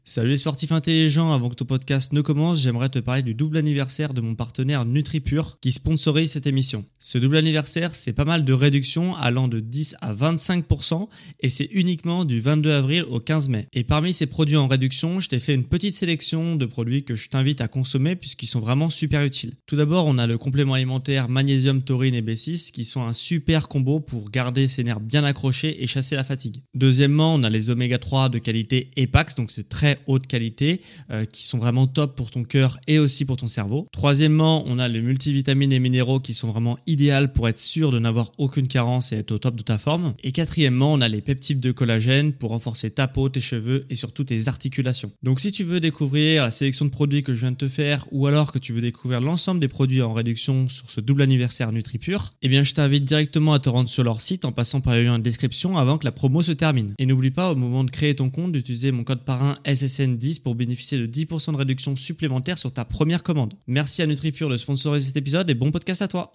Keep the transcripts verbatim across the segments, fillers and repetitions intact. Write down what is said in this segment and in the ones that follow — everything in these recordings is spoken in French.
Salut les sportifs intelligents, avant que ton podcast ne commence, j'aimerais te parler du double anniversaire de mon partenaire NutriPure qui sponsorise cette émission. Ce double anniversaire, c'est pas mal de réductions allant de dix à vingt-cinq pour cent et c'est uniquement du vingt-deux avril au quinze mai. Et parmi ces produits en réduction, je t'ai fait une petite sélection de produits que je t'invite à consommer puisqu'ils sont vraiment super utiles. Tout d'abord, on a le complément alimentaire magnésium, taurine et B six qui sont un super combo pour garder ses nerfs bien accrochés et chasser la fatigue. Deuxièmement, on a les oméga trois de qualité Epax, donc c'est très haute qualité, euh, qui sont vraiment top pour ton cœur et aussi pour ton cerveau. Troisièmement, on a les multivitamines et minéraux qui sont vraiment idéales pour être sûr de n'avoir aucune carence et être au top de ta forme. Et quatrièmement, on a les peptides de collagène pour renforcer ta peau, tes cheveux et surtout tes articulations. Donc si tu veux découvrir la sélection de produits que je viens de te faire ou alors que tu veux découvrir l'ensemble des produits en réduction sur ce double anniversaire NutriPure, eh bien je t'invite directement à te rendre sur leur site en passant par le lien de description avant que la promo se termine. Et n'oublie pas au moment de créer ton compte d'utiliser mon code parrain S S N dix pour bénéficier de dix pour cent de réduction supplémentaire sur ta première commande. Merci à NutriPure de sponsoriser cet épisode et bon podcast à toi.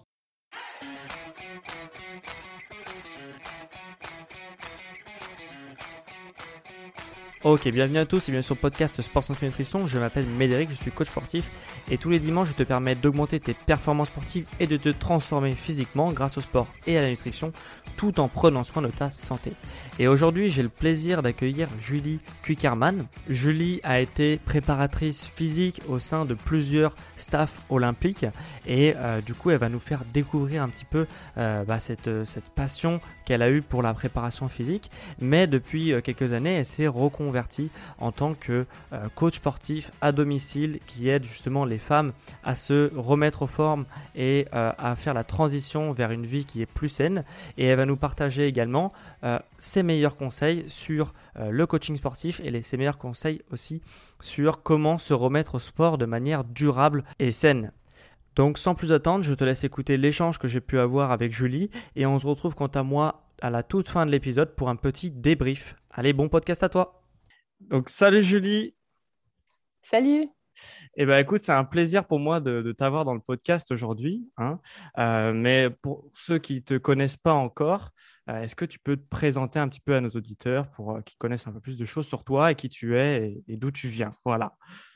Ok, bienvenue à tous et bienvenue sur le podcast Sport Santé Nutrition. Je m'appelle Médéric, je suis coach sportif et tous les dimanches je te permets d'augmenter tes performances sportives et de te transformer physiquement grâce au sport et à la nutrition tout en prenant soin de ta santé. Et aujourd'hui j'ai le plaisir d'accueillir Julie Cuykerman. Julie a été préparatrice physique au sein de plusieurs staffs olympiques et euh, du coup elle va nous faire découvrir un petit peu euh, bah, cette, cette passion qu'elle a eue pour la préparation physique, mais depuis quelques années elle s'est reconvertie en tant que euh, coach sportif à domicile qui aide justement les femmes à se remettre aux formes et euh, à faire la transition vers une vie qui est plus saine. Et elle va nous partager également euh, ses meilleurs conseils sur euh, le coaching sportif et les, ses meilleurs conseils aussi sur comment se remettre au sport de manière durable et saine. Donc sans plus attendre, je te laisse écouter l'échange que j'ai pu avoir avec Julie et on se retrouve quant à moi à la toute fin de l'épisode pour un petit débrief. Allez, bon podcast à toi. Donc salut Julie. Salut. Eh ben écoute, c'est un plaisir pour moi de, de t'avoir dans le podcast aujourd'hui, hein. Euh, mais pour ceux qui ne te connaissent pas encore, euh, est-ce que tu peux te présenter un petit peu à nos auditeurs pour euh, qu'ils connaissent un peu plus de choses sur toi et qui tu es et, et d'où tu viens. Voilà.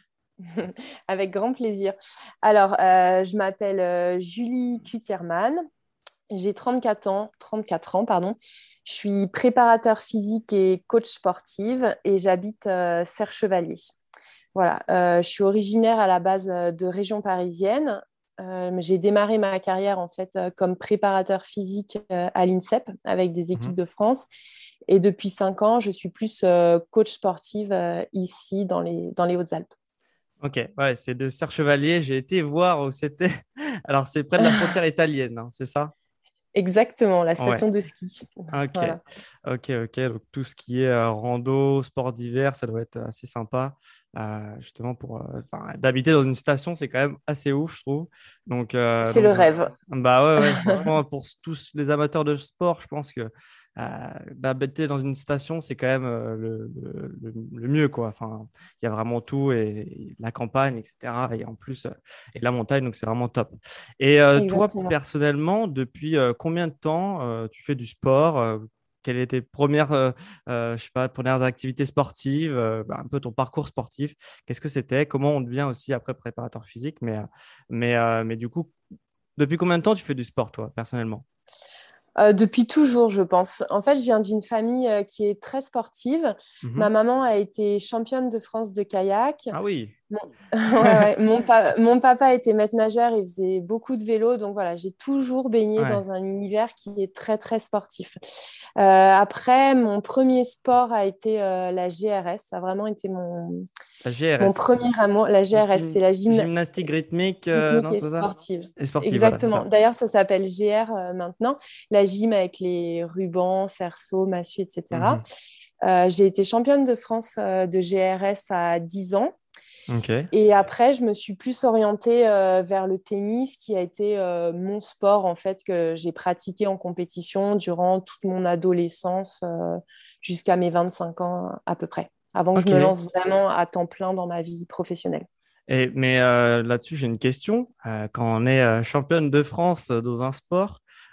Avec grand plaisir. Alors, euh, je m'appelle euh, Julie Cuykerman. J'ai trente-quatre ans, trente-quatre ans, pardon. Je suis préparateur physique et coach sportive et j'habite euh, Serre-Chevalier. Voilà, euh, je suis originaire à la base euh, de région parisienne. Euh, j'ai démarré ma carrière en fait euh, comme préparateur physique euh, à l'INSEP avec des équipes Mhm. de France. Et depuis cinq ans, je suis plus euh, coach sportive euh, ici dans les, dans les Hautes-Alpes. Ok, ouais, c'est de Serre-Chevalier. J'ai été voir où c'était. Alors, c'est près de la frontière italienne, hein, c'est ça? Exactement, la Ouais. station de ski. Ok, Voilà. ok, ok. Donc, tout ce qui est euh, rando, sport d'hiver, ça doit être assez sympa. Euh, justement, pour euh, enfin, d'habiter dans une station, c'est quand même assez ouf, je trouve. Donc, euh, C'est donc le voilà. rêve. Bah ouais, ouais, franchement, pour tous les amateurs de sport, je pense que euh, d'habiter dans une station, c'est quand même euh, le, le, le- le mieux, quoi. Enfin, il y a vraiment tout et, et la campagne, et cetera. Et en plus, euh, et la montagne, donc c'est vraiment top. Et euh, toi, Exactement. personnellement, depuis euh, combien de temps euh, tu fais du sport? euh, Quelles étaient tes premières, euh, euh, je sais pas, premières activités sportives, euh, bah, un peu ton parcours sportif? Qu'est-ce que c'était? Comment on devient aussi après préparateur physique? Mais, euh, mais, euh, mais du coup, depuis combien de temps tu fais du sport, toi, personnellement? Euh, depuis toujours, je pense. En fait, je viens d'une famille euh, qui est très sportive. Mhm. Ma maman a été championne de France de kayak. Ah oui. Mon, ouais, ouais. Mon, pa- mon papa était maître nageur, il faisait beaucoup de vélo. Donc voilà, j'ai toujours baigné Ouais. dans un univers qui est très, très sportif. Euh, après, mon premier sport a été euh, la G R S. Ça a vraiment été mon, La mon G R S. premier amour. La G R S, c'est Gystim- la gymna- Gymnastique rythmique, euh, rythmique non, et c'est pas ça? sportive. Et sportive, voilà, c'est Exactement. ça. D'ailleurs, ça s'appelle G R euh, maintenant. La gym avec les rubans, cerceaux, massue, et cetera. Mhm. Euh, j'ai été championne de France euh, de G R S à dix ans. Ok. Et après, je me suis plus orientée euh, vers le tennis, qui a été euh, mon sport, en fait, que j'ai pratiqué en compétition durant toute mon adolescence euh, jusqu'à mes vingt-cinq ans à peu près, avant que je me Ok. lance vraiment à temps plein dans ma vie professionnelle. Et, mais euh, là-dessus, j'ai une question. Euh, quand on est euh, championne de France euh, dans un sport,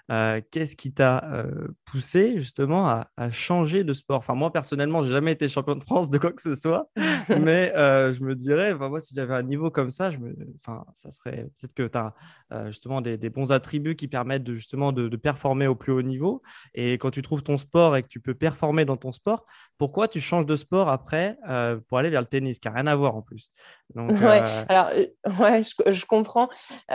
Euh, qu'est-ce qui t'a euh, poussé justement à, à changer de sport? Enfin, moi, personnellement, j'ai jamais été champion de France de quoi que ce soit, mais euh, je me dirais, enfin, moi, si j'avais un niveau comme ça, je me... enfin, ça serait peut-être que tu as justement des, des bons attributs qui permettent de, justement de, de performer au plus haut niveau. Et quand tu trouves ton sport et que tu peux performer dans ton sport, pourquoi tu changes de sport après euh, pour aller vers le tennis, qui n'a rien à voir en plus? Donc, Ouais, euh, alors, euh, ouais, je, je comprends.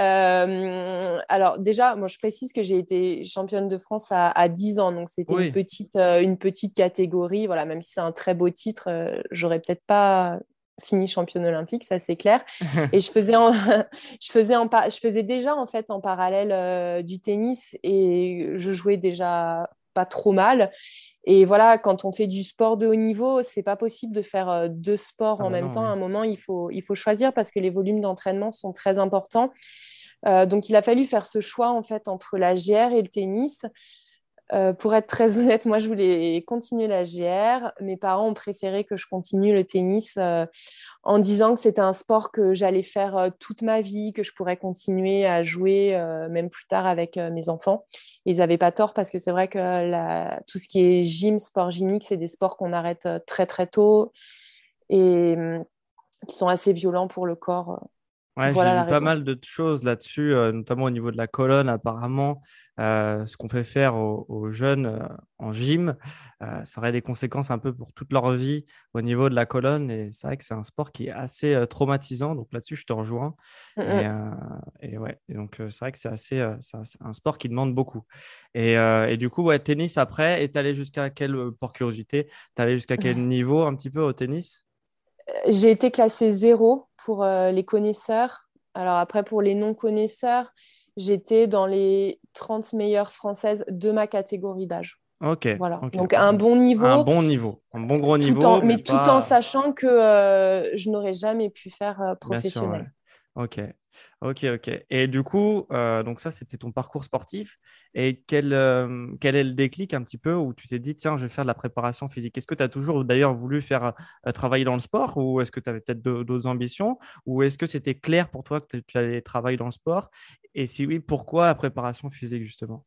Euh, alors, déjà, moi, je précise que j'ai été championne de France à, à dix ans, donc c'était une oui. petite, euh, une petite catégorie. Voilà, même si c'est un très beau titre, euh, j'aurais peut-être pas fini championne olympique, ça c'est clair. Et je faisais, en, je faisais, en, je faisais déjà en fait en parallèle euh, du tennis et je jouais déjà pas trop mal. Et voilà, quand on fait du sport de haut niveau, c'est pas possible de faire euh, deux sports Ah en bah même non, temps. À oui. un moment, il faut, il faut choisir parce que les volumes d'entraînement sont très importants. Euh, donc, il a fallu faire ce choix en fait entre la G R et le tennis. Euh, pour être très honnête, moi, je voulais continuer la G R. Mes parents ont préféré que je continue le tennis euh, en disant que c'était un sport que j'allais faire euh, toute ma vie, que je pourrais continuer à jouer euh, même plus tard avec euh, mes enfants. Et ils n'avaient pas tort parce que c'est vrai que la... tout ce qui est gym, sport gymique, c'est des sports qu'on arrête euh, très très tôt et euh, qui sont assez violents pour le corps. Ouais, j'ai Voilà la vu pas raison. mal de choses là-dessus, euh, notamment au niveau de la colonne, apparemment. Euh, ce qu'on fait faire aux, aux jeunes euh, en gym, euh, ça aurait des conséquences un peu pour toute leur vie au niveau de la colonne. Et c'est vrai que c'est un sport qui est assez euh, traumatisant. Donc là-dessus, je te rejoins. Mm, Et, mm. euh, et ouais, et donc euh, c'est vrai que c'est assez, euh, c'est un, c'est un sport qui demande beaucoup. Et, euh, et du coup, ouais, tennis après, et t'allé jusqu'à quel, euh, pour curiosité, t'allé jusqu'à quel niveau un petit peu au tennis? J'ai été classée zéro pour euh, les connaisseurs. Alors après, pour les non-connaisseurs, j'étais dans les trente meilleures françaises de ma catégorie d'âge. Ok, Voilà. ok. Donc Ouais, un donc bon un niveau, bon niveau, un bon gros tout en, niveau, mais mais tout en pas. sachant que euh, je n'aurais jamais pu faire euh, Bien sûr, ouais. professionnel. Ok, ok, ok. Et du coup, euh, donc ça, c'était ton parcours sportif. Et quel, euh, quel est le déclic un petit peu où tu t'es dit, tiens, je vais faire de la préparation physique? Est-ce que tu as toujours d'ailleurs voulu faire euh, travailler dans le sport ou est-ce que tu avais peut-être d'au- d'autres ambitions ou est-ce que c'était clair pour toi que tu tu allais travailler dans le sport? Et si oui, pourquoi la préparation physique justement?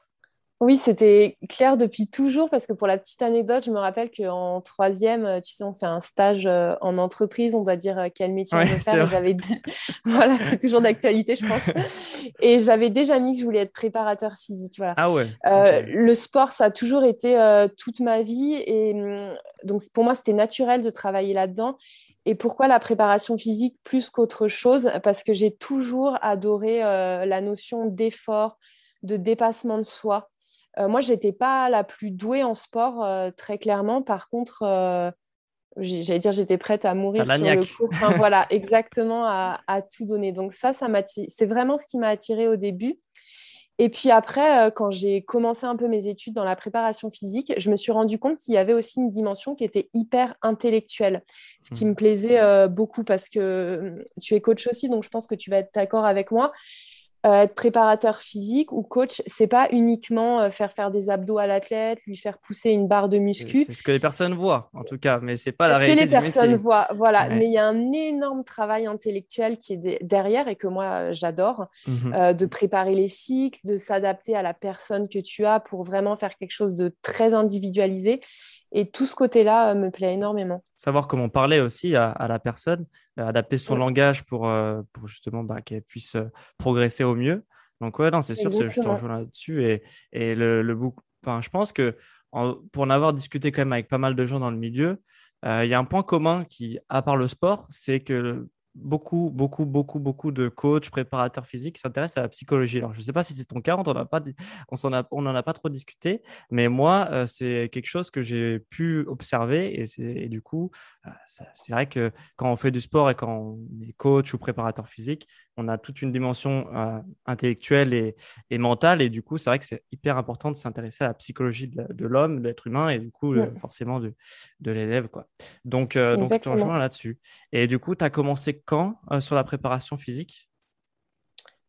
Oui, c'était clair depuis toujours parce que pour la petite anecdote, je me rappelle qu'en troisième, euh, tu sais, on fait un stage euh, en entreprise, on doit dire euh, quel métier on Ouais, veut c'est faire et vrai. j'avais, voilà, c'est toujours d'actualité, je pense. Et j'avais déjà mis que je voulais être préparateur physique, voilà. Ah ouais, ok. Euh, le sport, ça a toujours été euh, toute ma vie et hum, donc pour moi, c'était naturel de travailler là-dedans. Et pourquoi la préparation physique plus qu'autre chose? Parce que j'ai toujours adoré euh, la notion d'effort, de dépassement de soi. Euh, moi, j'étais pas la plus douée en sport, euh, très clairement. Par contre, euh, j- j'allais dire, j'étais prête à T'as mourir sur le l'agnac. cours. Enfin, voilà, exactement, à, à tout donner. Donc ça, ça m'a c'est vraiment ce qui m'a attirée au début. Et puis après, euh, quand j'ai commencé un peu mes études dans la préparation physique, je me suis rendu compte qu'il y avait aussi une dimension qui était hyper intellectuelle, ce qui me plaisait euh, beaucoup parce que euh, tu es coach aussi, donc je pense que tu vas être d'accord avec moi. Euh, être préparateur physique ou coach, c'est pas uniquement euh, faire faire des abdos à l'athlète, lui faire pousser une barre de C'est muscu. c'est ce que les personnes voient, en tout cas, mais c'est pas C'est la ce que réalité les du personnes métier. voient, voilà. Ouais. Mais il y a un énorme travail intellectuel qui est de- derrière et que moi, euh, j'adore, Mhm. euh, de préparer les cycles, de s'adapter à la personne que tu as pour vraiment faire quelque chose de très individualisé. Et tout ce côté-là euh, me plaît énormément. Savoir comment parler aussi à, à la personne, euh, adapter son Mm, langage pour, euh, pour justement bah, qu'elle puisse euh, progresser au mieux. Donc, ouais, non, c'est sûr, c'est- je te exactement. rejoins là-dessus. Et, et le, le book, enfin, je pense que en- pour en avoir discuté quand même avec pas mal de gens dans le milieu, euh, il y a un point commun qui, à part le sport, c'est que beaucoup, beaucoup, beaucoup, beaucoup de coachs, préparateurs physiques s'intéressent à la psychologie. Alors, je ne sais pas si c'est ton cas, on n'en a pas, dit- on s'en a, on n'en a pas trop discuté, mais moi, euh, c'est quelque chose que j'ai pu observer et, c'est, et du coup, euh, ça- c'est vrai que quand on fait du sport et quand on est coach ou préparateur physique, on a toute une dimension euh, intellectuelle et, et mentale. Et du coup, c'est vrai que c'est hyper important de s'intéresser à la psychologie de, la- de l'homme, de l'être humain et du coup, euh, Mm, forcément de, de l'élève, quoi. Donc, euh, donc, je te exactement. rejoins là-dessus. Et du coup, tu as commencé quand euh, sur la préparation physique?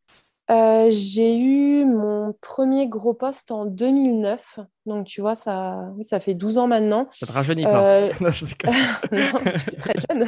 Euh, j'ai eu mon premier gros poste en deux mille neuf. Donc, tu vois, ça, oui, ça fait douze ans maintenant. Ça te rajeunit pas. Euh, Non, je déconne. Non, je suis très jeune.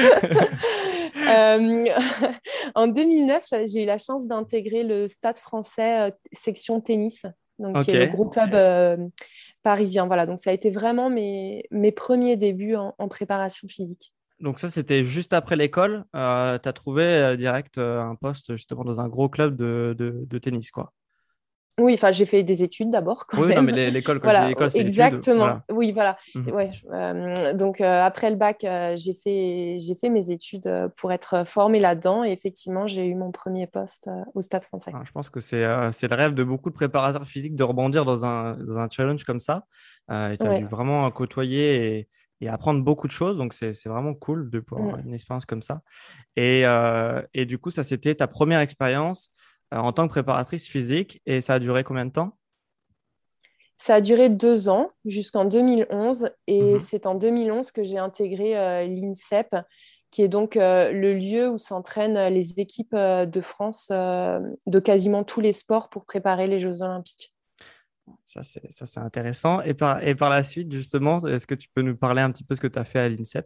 Euh, En deux mille neuf, j'ai eu la chance d'intégrer le Stade français euh, section tennis, donc qui est le Ok. gros club euh, parisien. Voilà, donc ça a été vraiment mes, mes premiers débuts en, en préparation physique. Donc ça, c'était juste après l'école. Euh, tu as trouvé euh, direct euh, un poste justement dans un gros club de, de, de tennis, quoi. Oui, enfin, j'ai fait des études d'abord quand Oui, non, mais même. l'é- l'école, quand je dis Voilà, l'école, c'est l'étude. exactement. Voilà. Oui, voilà. Mhm. Ouais, je- euh, donc euh, après le bac, euh, j'ai fait, j'ai fait mes études euh, pour être formée là-dedans. Et effectivement, j'ai eu mon premier poste euh, au Stade français. Alors, je pense que c'est euh, c'est le rêve de beaucoup de préparateurs physiques de rebondir dans un, dans un challenge comme ça. Euh, et tu as Ouais. dû vraiment côtoyer et, et apprendre beaucoup de choses. Donc, c'est c'est vraiment cool de pouvoir avoir Mm. une expérience comme ça. Et, euh, et du coup, ça, c'était ta première expérience euh, en tant que préparatrice physique. Et ça a duré combien de temps? Ça a duré deux ans, jusqu'en deux mille onze, et Mhm. c'est en deux mille onze que j'ai intégré euh, l'INSEP, qui est donc euh, le lieu où s'entraînent les équipes euh, de France euh, de quasiment tous les sports pour préparer les Jeux Olympiques. Ça, c'est ça, c'est intéressant. Et par, et par la suite, justement, est-ce que tu peux nous parler un petit peu ce que tu as fait à l'INSEP?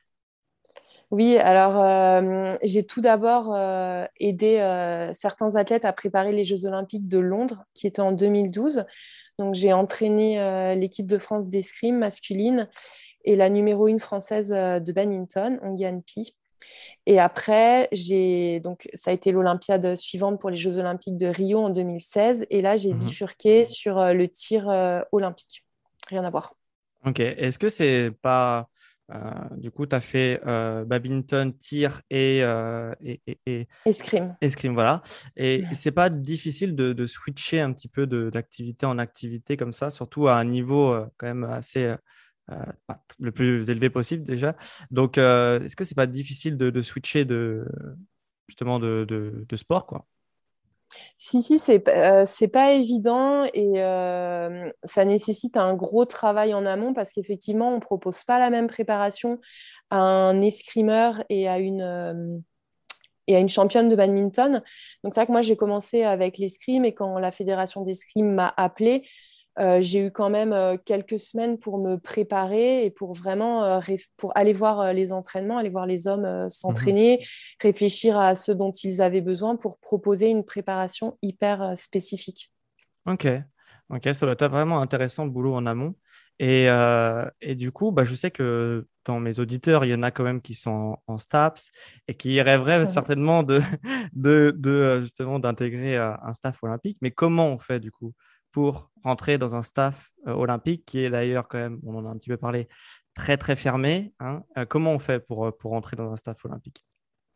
Oui, alors euh, j'ai tout d'abord euh, aidé euh, certains athlètes à préparer les Jeux Olympiques de Londres, qui étaient en deux mille douze. Donc j'ai entraîné euh, l'équipe de France d'escrime masculine et la numéro une française euh, de badminton, Onguiane Pi. Et après, j'ai donc ça a été l'Olympiade suivante pour les Jeux Olympiques de Rio en deux mille seize. Et là, j'ai Mhm. bifurqué sur euh, le tir euh, olympique. Rien à voir. Ok. Est-ce que c'est pas. Euh, du coup, tu as fait euh, badminton, tir et, euh, et, et, et Escrime. escrime, voilà. Et c'est pas difficile de, de switcher un petit peu de- d'activité en activité comme ça, surtout à un niveau euh, quand même assez. Euh, euh, bah, le plus élevé possible déjà. Donc, euh, est-ce que c'est pas difficile de, de switcher de justement de, de, de sport, quoi? Si, si, c'est euh, c'est pas évident et euh, ça nécessite un gros travail en amont parce qu'effectivement, on propose pas la même préparation à un escrimeur et à une, euh, et à une championne de badminton. Donc, c'est vrai que moi, j'ai commencé avec l'escrime et quand la fédération d'escrime m'a appelée, euh, j'ai eu quand même euh, quelques semaines pour me préparer et pour vraiment euh, réf- pour aller voir euh, les entraînements, aller voir les hommes euh, Mhm. s'entraîner, réfléchir à ce dont ils avaient besoin pour proposer une préparation hyper euh, spécifique. Ok, ok, ça doit être vraiment intéressant le boulot en amont. Et, euh, et du coup, bah, je sais que dans mes auditeurs, il y en a quand même qui sont en, en STAPS et qui rêveraient certainement de, de, de, euh, justement d'intégrer euh, un staff olympique. Mais comment on fait du coup pour rentrer dans un staff euh, olympique qui est d'ailleurs quand même, on en a un petit peu parlé, très très fermé, hein. Euh, comment on fait pour, euh, pour rentrer dans un staff olympique?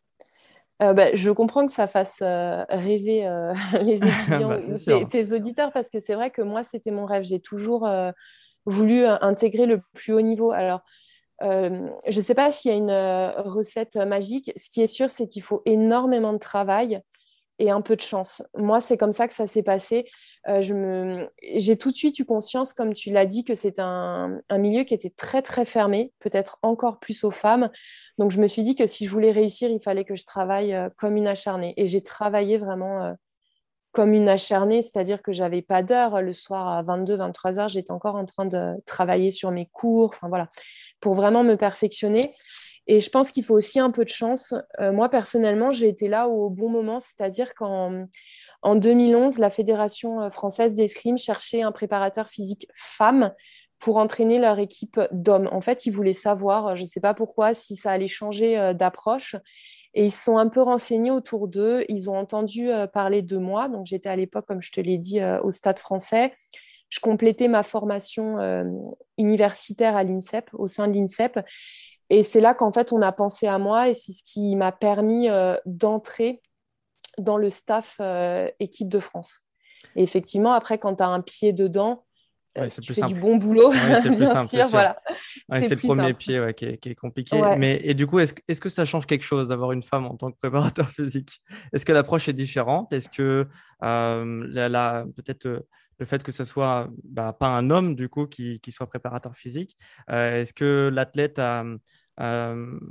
Euh, bah, je comprends que ça fasse euh, rêver euh, les étudiants Bah, c'est ou tes, sûr. tes auditeurs parce que c'est vrai que moi, c'était mon rêve. J'ai toujours euh, voulu euh, intégrer le plus haut niveau. Alors, Euh, je ne sais pas s'il y a une euh, recette magique. Ce qui est sûr, c'est qu'il faut énormément de travail et un peu de chance. Moi, c'est comme ça que ça s'est passé. Euh, je me... J'ai tout de suite eu conscience, comme tu l'as dit, que c'est un, un milieu qui était très, très fermé, peut-être encore plus aux femmes. Donc, je me suis dit que si je voulais réussir, il fallait que je travaille euh, comme une acharnée. Et j'ai travaillé vraiment euh, comme une acharnée, c'est-à-dire que j'avais pas d'heure. Le soir à vingt-deux, vingt-trois heures, j'étais encore en train de travailler sur mes cours, enfin voilà, pour vraiment me perfectionner. Et je pense qu'il faut aussi un peu de chance. Euh, moi, personnellement, j'ai été là au bon moment, c'est-à-dire qu'en en deux mille onze, la Fédération française d'escrime cherchait un préparateur physique femme pour entraîner leur équipe d'hommes. En fait, ils voulaient savoir, je ne sais pas pourquoi, si ça allait changer euh, d'approche. Et ils se sont un peu renseignés autour d'eux. Ils ont entendu euh, parler de moi. Donc, j'étais à l'époque, comme je te l'ai dit, euh, au Stade français. Je complétais ma formation euh, universitaire à l'INSEP, au sein de l'INSEP. Et c'est là qu'en fait, on a pensé à moi et c'est ce qui m'a permis euh, d'entrer dans le staff euh, équipe de France. Et effectivement, après, quand tu as un pied dedans, Oui, euh, c'est si tu plus fais du simple. bon boulot, Oui, c'est plus bien simple, c'est sûr, sûr. voilà, Ouais, c'est c'est le plus premier simple. pied ouais, qui est, qui est compliqué. Ouais. Mais, et du coup, est-ce, que- est-ce que ça change quelque chose d'avoir une femme en tant que préparateur physique? Est-ce que l'approche est différente? Est-ce que euh, la, la- peut-être euh, le fait que ce soit bah, pas un homme du coup qui, qui soit préparateur physique, euh, est-ce que l'athlète a, euh,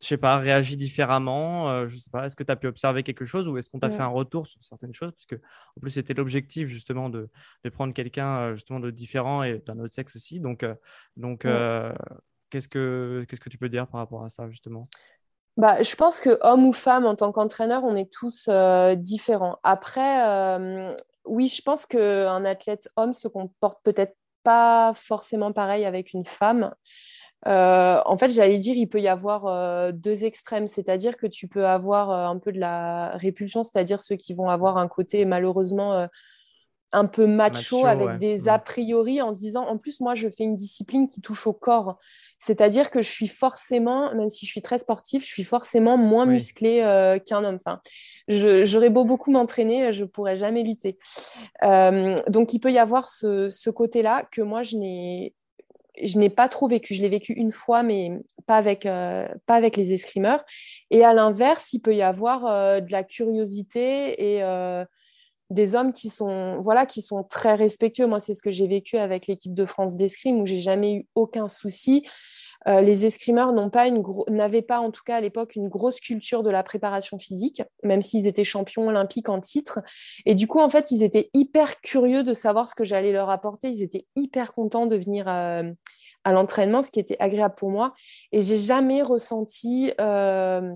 je sais pas, réagi différemment? Euh, je sais pas, est-ce que tu as pu observer quelque chose ou est-ce qu'on t'a fait un Mm. retour sur certaines choses? Parce que, en plus, c'était l'objectif justement de, de prendre quelqu'un euh, justement de différent et d'un autre sexe aussi. Donc, euh, donc Mm. euh, qu'est-ce que, qu'est-ce que tu peux dire par rapport à ça justement? Bah, je pense que homme ou femme, en tant qu'entraîneur, on est tous euh, différents. Après, euh, oui, je pense qu'un athlète homme se comporte peut-être pas forcément pareil avec une femme. Euh, en fait, j'allais dire, il peut y avoir euh, deux extrêmes, c'est-à-dire que tu peux avoir euh, un peu de la répulsion, c'est-à-dire ceux qui vont avoir un côté malheureusement euh, un peu macho Macho, avec ouais. des a Mm. priori en disant, en plus, moi, je fais une discipline qui touche au corps. C'est-à-dire que je suis forcément, même si je suis très sportive, je suis forcément moins Oui, musclée euh, qu'un homme. Enfin, je, j'aurais beau beaucoup m'entraîner, je pourrais jamais lutter. Euh, donc, il peut y avoir ce, ce côté-là que moi, je n'ai, je n'ai pas trop vécu. Je l'ai vécu une fois, mais pas avec, euh, pas avec les escrimeurs. Et à l'inverse, il peut y avoir euh, de la curiosité et euh, des hommes qui sont, voilà, qui sont très respectueux. Moi, c'est ce que j'ai vécu avec l'équipe de France d'escrime où j'ai jamais eu aucun souci. Euh, les escrimeurs n'ont pas une gro- n'avaient pas, en tout cas à l'époque, une grosse culture de la préparation physique, même s'ils étaient champions olympiques en titre. Et du coup, en fait, ils étaient hyper curieux de savoir ce que j'allais leur apporter. Ils étaient hyper contents de venir euh, à l'entraînement, ce qui était agréable pour moi. Et j'ai jamais ressenti euh,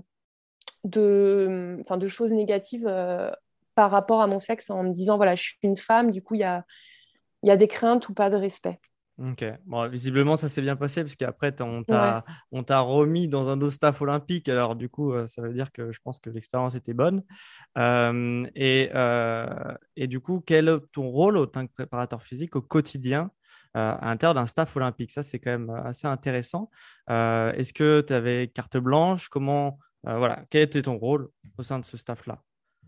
de, enfin, de choses négatives euh, par rapport à mon sexe en me disant, voilà, je suis une femme, du coup, il y a, il y a des craintes ou pas de respect. ok. Bon, visiblement, ça s'est bien passé parce qu'après, t'as- on Ouais. t'a, on t'a remis dans un autre staff olympique. Alors, du coup, euh, ça veut dire que je pense que l'expérience était bonne. Euh, et, euh, et du coup, quel est ton rôle en tant que préparateur physique au quotidien euh, à l'intérieur d'un staff olympique? Ça, c'est quand même assez intéressant. Euh, est-ce que tu avais carte blanche? Comment, euh, voilà, quel était ton rôle au sein de ce staff-là?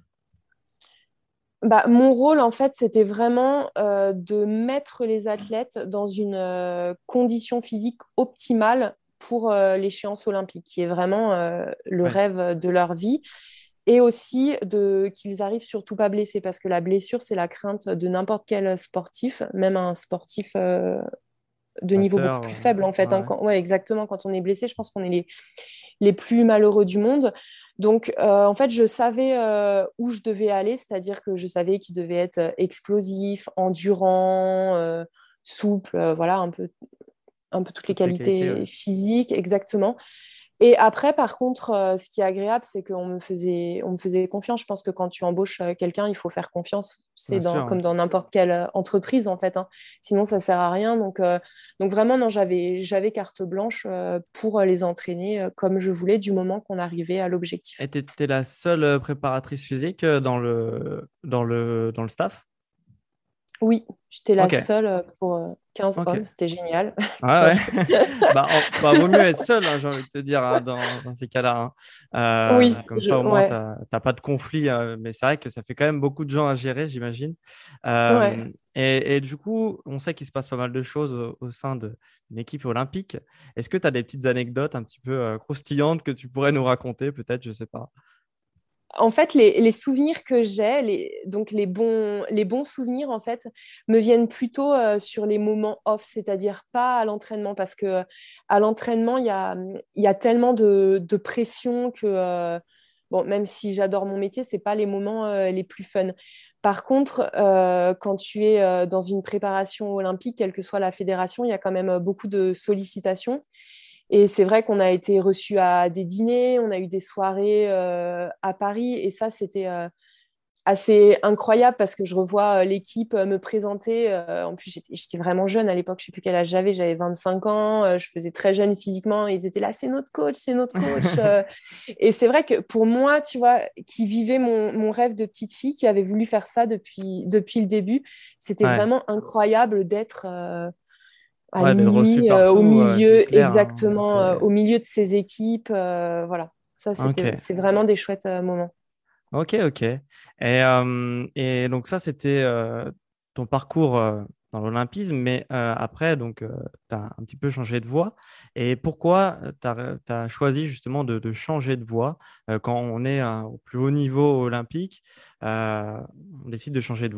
Bah, mon rôle, en fait, c'était vraiment euh, de mettre les athlètes dans une euh, condition physique optimale pour euh, l'échéance olympique, qui est vraiment euh, le Oui, rêve de leur vie. Et aussi de, qu'ils arrivent surtout pas blessés, parce que la blessure, c'est la crainte de n'importe quel sportif, même un sportif euh, de niveau beaucoup amateur. plus euh, faible, en fait. ouais, Hein. ouais. Quand, ouais, exactement. Quand on est blessé, je pense qu'on est les, les plus malheureux du monde. Donc, euh, en fait, je savais euh, où je devais aller, c'est-à-dire que je savais qu'il devait être euh, explosif, endurant, euh, souple, euh, voilà, un peu, un peu toutes les Toutes les qualités, qualités ouais. physiques, exactement. Et après, par contre, euh, ce qui est agréable, c'est qu'on me faisait, on me faisait confiance. Je pense que quand tu embauches euh, quelqu'un, il faut faire confiance. C'est Bien dans, sûr, ouais. comme dans n'importe quelle euh, entreprise, en fait. Hein. Sinon, ça sert à rien. Donc, euh, donc vraiment, non, j'avais, j'avais carte blanche euh, pour euh, les entraîner euh, comme je voulais du moment qu'on arrivait à l'objectif. Et tu étais la seule euh, préparatrice physique euh, dans le, dans le, dans le staff? Oui, j'étais la Ok, seule euh, pour euh, quinze ok. hommes. C'était génial. Ouais, Ouais. ouais. Bah, en- bah, vaut mieux être seul, hein, j'ai envie de te dire, hein, dans, dans ces cas-là. Hein. Oui, Euh, comme je, ça, au moins, tu ouais, n'as pas de conflit. Euh, mais c'est vrai que ça fait quand même beaucoup de gens à gérer, j'imagine. ouais. Euh, et, et du coup, on sait qu'il se passe pas mal de choses au, au sein de- d'une équipe olympique. Est-ce que tu as des petites anecdotes un petit peu euh, croustillantes que tu pourrais nous raconter, peut-être, je sais pas. En fait, les, les souvenirs que j'ai, les, donc les bons, les bons souvenirs, en fait, me viennent plutôt euh, sur les moments off, c'est-à-dire pas à l'entraînement, parce que euh, à l'entraînement, il y a, il y a tellement de, de pression que, euh, bon, même si j'adore mon métier, c'est pas les moments euh, les plus fun. Par contre, euh, quand tu es euh, dans une préparation olympique, quelle que soit la fédération, il y a quand même euh, beaucoup de sollicitations. Et c'est vrai qu'on a été reçus à des dîners, on a eu des soirées euh, à Paris, et ça, c'était euh, assez incroyable parce que je revois euh, l'équipe euh, me présenter. Euh, en plus, j'étais, j'étais vraiment jeune à l'époque, je ne sais plus quel âge j'avais, j'avais vingt-cinq ans, euh, je faisais très jeune physiquement, et ils étaient là, c'est notre coach, c'est notre coach. euh. Et c'est vrai que pour moi, tu vois, qui vivait mon, mon rêve de petite fille, qui avait voulu faire ça depuis, depuis le début, c'était Ouais, vraiment incroyable d'être... euh, à ouais, d'être reçu minuit, euh, partout, au euh, c'est milieu, clair. Hein. exactement, euh, C'est... au milieu de ses équipes. Euh, voilà, ça, c'était, Ok. c'est vraiment des chouettes euh, moments. Ok, ok. Et, euh, et donc ça, c'était euh, ton parcours euh, dans l'olympisme, mais euh, après, donc, tu as un petit peu changé de voie. Et pourquoi tu as, choisi justement de, de changer de voie euh, quand on est euh, au plus haut niveau olympique, euh, on décide de changer de voie?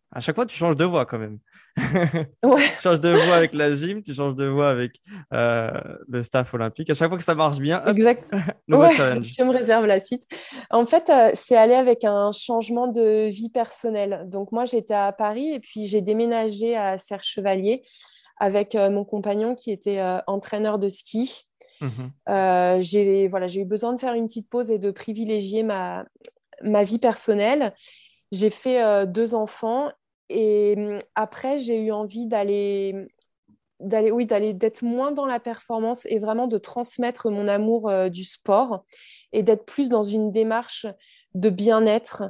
À chaque fois, tu changes de voix quand même. Ouais, Tu changes de voix avec la gym, tu changes de voix avec euh, le staff olympique. À chaque fois que ça marche bien, hop, exact. nouveau Ouais, challenge. je me réserve la suite. En fait, euh, c'est allé avec un changement de vie personnelle. Donc moi, j'étais à Paris et puis j'ai déménagé à Serre-Chevalier avec euh, mon compagnon qui était euh, entraîneur de ski. Mhm. Euh, j'ai voilà, j'ai eu besoin de faire une petite pause et de privilégier ma, ma vie personnelle. J'ai fait euh, deux enfants et hum, après, j'ai eu envie d'aller, d'aller, oui, d'aller, d'être moins dans la performance et vraiment de transmettre mon amour euh, du sport et d'être plus dans une démarche de bien-être.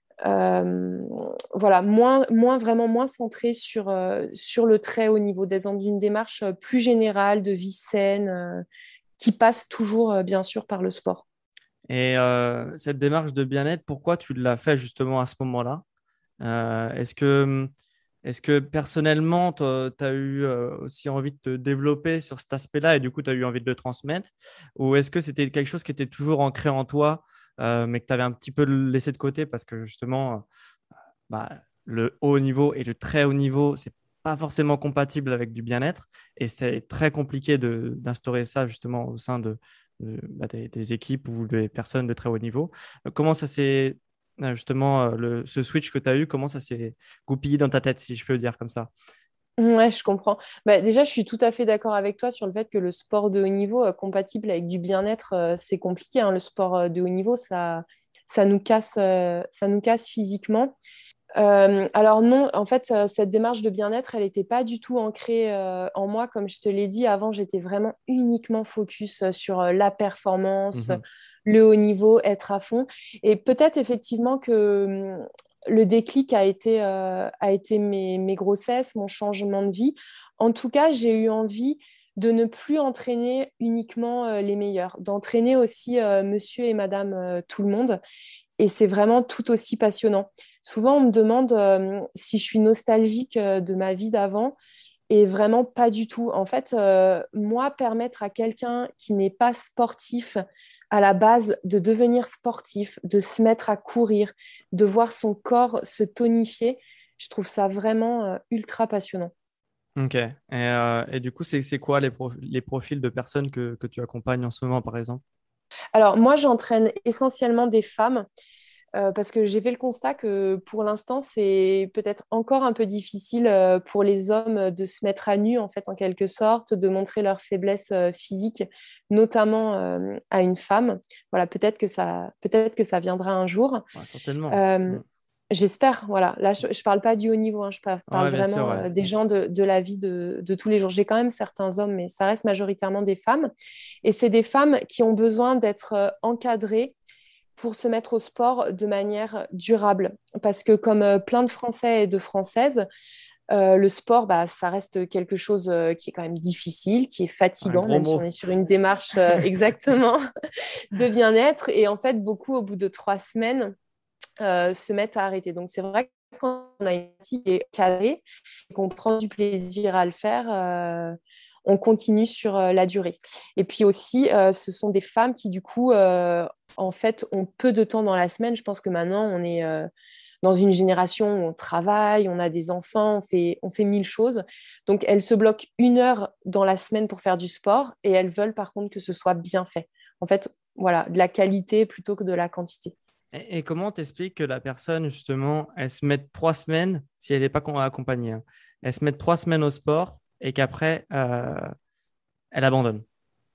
Euh, voilà, moins, moins, vraiment moins centré sur, euh, sur le très haut niveau, d'être dans une démarche euh, plus générale de vie saine euh, qui passe toujours, euh, bien sûr, par le sport. Et euh, cette démarche de bien-être, pourquoi tu l'as fait justement à ce moment-là? Euh, est-ce que, est-ce que personnellement, tu as eu euh, aussi envie de te développer sur cet aspect-là et du coup, tu as eu envie de le transmettre? Ou est-ce que c'était quelque chose qui était toujours ancré en toi, euh, mais que tu avais un petit peu laissé de côté parce que justement, bah, le haut niveau et le très haut niveau, c'est pas forcément compatible avec du bien-être et c'est très compliqué de, d'instaurer ça justement au sein de, de- bah, des, des équipes ou des personnes de très haut niveau. Euh, Comment ça s'est euh, justement euh, le, ce switch que tu as eu, comment ça s'est goupillé dans ta tête, si je peux le dire comme ça? Ouais, je comprends. Bah, déjà, je suis tout à fait d'accord avec toi sur le fait que le sport de haut niveau, euh, compatible avec du bien-être, euh, c'est compliqué, hein. Le sport euh, de haut niveau, ça, ça nous casse, euh, ça nous casse physiquement. Euh, alors non, en fait, euh, cette démarche de bien-être, elle n'était pas du tout ancrée euh, en moi. Comme je te l'ai dit, avant, j'étais vraiment uniquement focus euh, sur euh, la performance, Mhm. le haut niveau, être à fond. Et peut-être effectivement que hum, le déclic a été, euh, a été mes, mes grossesses, mon changement de vie. En tout cas, j'ai eu envie de ne plus entraîner uniquement euh, les meilleurs, d'entraîner aussi euh, monsieur et madame euh, tout le monde. Et c'est vraiment tout aussi passionnant. Souvent, on me demande euh, si je suis nostalgique euh, de ma vie d'avant. Et vraiment pas du tout. En fait, euh, moi, permettre à quelqu'un qui n'est pas sportif à la base de devenir sportif, de se mettre à courir, de voir son corps se tonifier, je trouve ça vraiment euh, ultra passionnant. Ok. Et, euh, et du coup, c'est c'est quoi les, prof- les profils de personnes que, que tu accompagnes en ce moment, par exemple? Alors, moi, j'entraîne essentiellement des femmes euh, parce que j'ai fait le constat que pour l'instant, c'est peut-être encore un peu difficile euh, pour les hommes de se mettre à nu, en fait, en quelque sorte, de montrer leur faiblesse euh, physique, notamment euh, à une femme. Voilà, peut-être que ça, peut-être que ça viendra un jour. Ouais, certainement. Euh, Mm. J'espère, voilà. Là, je ne parle pas du haut niveau, hein, je par- parle Ouais, bien sûr, vraiment ouais. euh, des gens de, de la vie de, de tous les jours. J'ai quand même certains hommes, mais ça reste majoritairement des femmes. Et c'est des femmes qui ont besoin d'être euh, encadrées pour se mettre au sport de manière durable. Parce que comme euh, plein de Français et de Françaises, euh, le sport, bah, ça reste quelque chose euh, qui est quand même difficile, qui est Un fatigant, gros même si on mot. est sur une démarche euh, exactement de bien-être. Et en fait, beaucoup, au bout de trois semaines, euh, se mettent à arrêter. Donc, c'est vrai que quand on a une pratique qui est cadrée et qu'on prend du plaisir à le faire, euh, on continue sur euh, la durée. Et puis aussi, euh, ce sont des femmes qui, du coup, euh, en fait, ont peu de temps dans la semaine. Je pense que maintenant, on est euh, dans une génération où on travaille, on a des enfants, on fait, on fait mille choses. Donc, elles se bloquent une heure dans la semaine pour faire du sport et elles veulent, par contre, que ce soit bien fait. En fait, voilà, de la qualité plutôt que de la quantité. Et, et comment t'expliques que la personne, justement, elle se mette trois semaines, si elle n'est pas con- accompagnée, hein, elle se met trois semaines au sport et qu'après, euh, elle abandonne?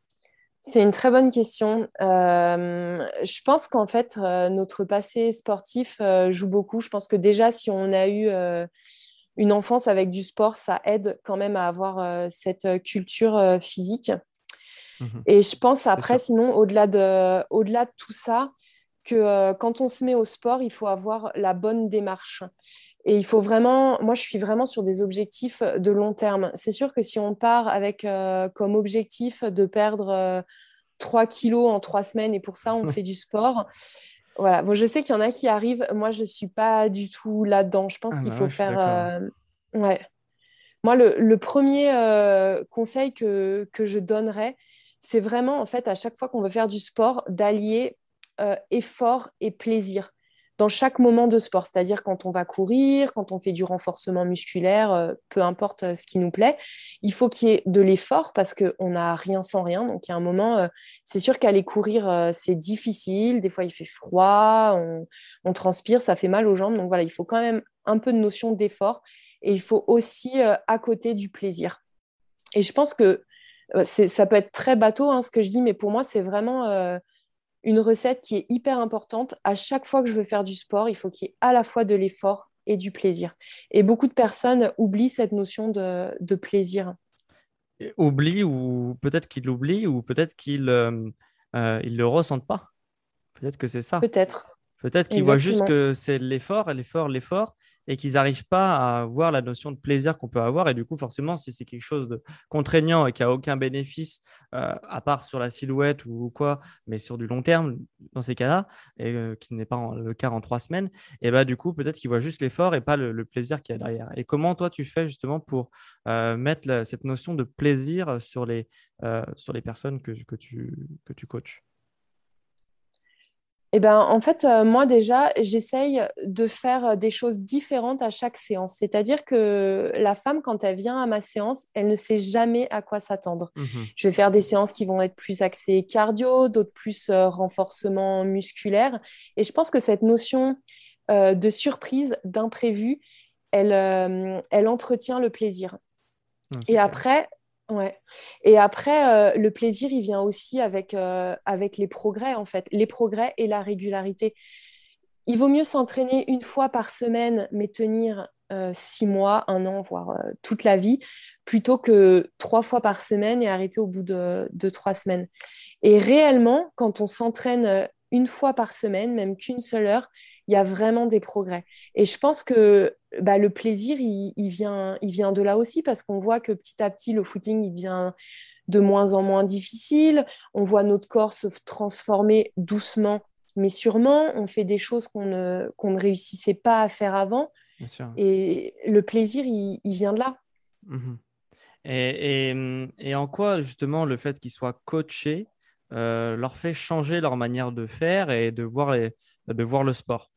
C'est une très bonne question. Euh, je pense qu'en fait, euh, notre passé sportif euh, joue beaucoup. Je pense que déjà, si on a eu euh, une enfance avec du sport, ça aide quand même à avoir euh, cette culture euh, physique. Mhm. Et je pense C'est après, sûr. sinon, au-delà de, au-delà de tout ça, que euh, quand on se met au sport, il faut avoir la bonne démarche. Et il faut vraiment, moi je suis vraiment sur des objectifs de long terme. C'est sûr que si on part avec euh, comme objectif de perdre euh, trois kilos en trois semaines et pour ça on fait du sport, voilà. Bon, je sais qu'il y en a qui arrivent, moi je ne suis pas du tout là-dedans. Je pense Ah qu'il bah faut ouais, je suis faire... d'accord. euh, Ouais. Moi, le, le premier euh, conseil que, que je donnerais, c'est vraiment, en fait, à chaque fois qu'on veut faire du sport, d'allier euh, effort et plaisir. dans chaque moment de sport, c'est-à-dire quand on va courir, quand on fait du renforcement musculaire, euh, peu importe euh, ce qui nous plaît, il faut qu'il y ait de l'effort parce qu'on n'a rien sans rien. Donc il y a un moment, euh, c'est sûr qu'aller courir, euh, c'est difficile. Des fois, il fait froid, on, on transpire, ça fait mal aux jambes. Donc voilà, il faut quand même un peu de notion d'effort et il faut aussi euh, à côté du plaisir. Et je pense que euh, c'est, ça peut être très bateau hein, ce que je dis, mais pour moi, c'est vraiment euh, une recette qui est hyper importante. À chaque fois que je veux faire du sport, il faut qu'il y ait à la fois de l'effort et du plaisir. Et beaucoup de personnes oublient cette notion de, de plaisir. Et oublie ou peut-être qu'ils l'oublient ou peut-être qu'ils ne le ressentent pas. Peut-être que c'est ça. Peut-être, Peut-être qu'ils voient juste exactement. que c'est l'effort, l'effort, l'effort, et qu'ils n'arrivent pas à voir la notion de plaisir qu'on peut avoir. Et du coup, forcément, si c'est quelque chose de contraignant et qui n'a aucun bénéfice, euh, à part sur la silhouette ou quoi, mais sur du long terme, dans ces cas-là, et euh, qui n'est pas en- le cas en trois semaines, et bah, du coup, peut-être qu'ils voient juste l'effort et pas le, le plaisir qu'il y a derrière. Et comment toi, tu fais justement pour euh, mettre la- cette notion de plaisir sur les, euh, sur les personnes que, que tu, que tu coaches? Eh ben, en fait, euh, moi déjà, j'essaye de faire euh, des choses différentes à chaque séance. C'est-à-dire que la femme, quand elle vient à ma séance, elle ne sait jamais à quoi s'attendre. Mhm. Je vais faire des séances qui vont être plus axées cardio, d'autres plus euh, renforcement musculaire. Et je pense que cette notion euh, de surprise, d'imprévu, elle, euh, elle entretient le plaisir. Non, c'est Et clair. après, ouais. Et après, euh, le plaisir, il vient aussi avec, euh, avec les progrès, en fait. Les progrès et la régularité. Il vaut mieux s'entraîner une fois par semaine, mais tenir euh, six mois, un an, voire euh, toute la vie, plutôt que trois fois par semaine et arrêter au bout de, de trois semaines. Et réellement, quand on s'entraîne euh, une fois par semaine, même qu'une seule heure, il y a vraiment des progrès. Et je pense que bah, le plaisir, il, il vient, il vient de là aussi, parce qu'on voit que petit à petit, le footing, il devient de moins en moins difficile. On voit notre corps se transformer doucement, mais sûrement. On fait des choses qu'on ne, qu'on ne réussissait pas à faire avant. Bien sûr. Et le plaisir, il, il vient de là. Mhm. Et, et, hum, et en quoi, justement, le fait qu'ils soient coachés euh, leur fait changer leur manière de faire et de voir, les, de voir le sport?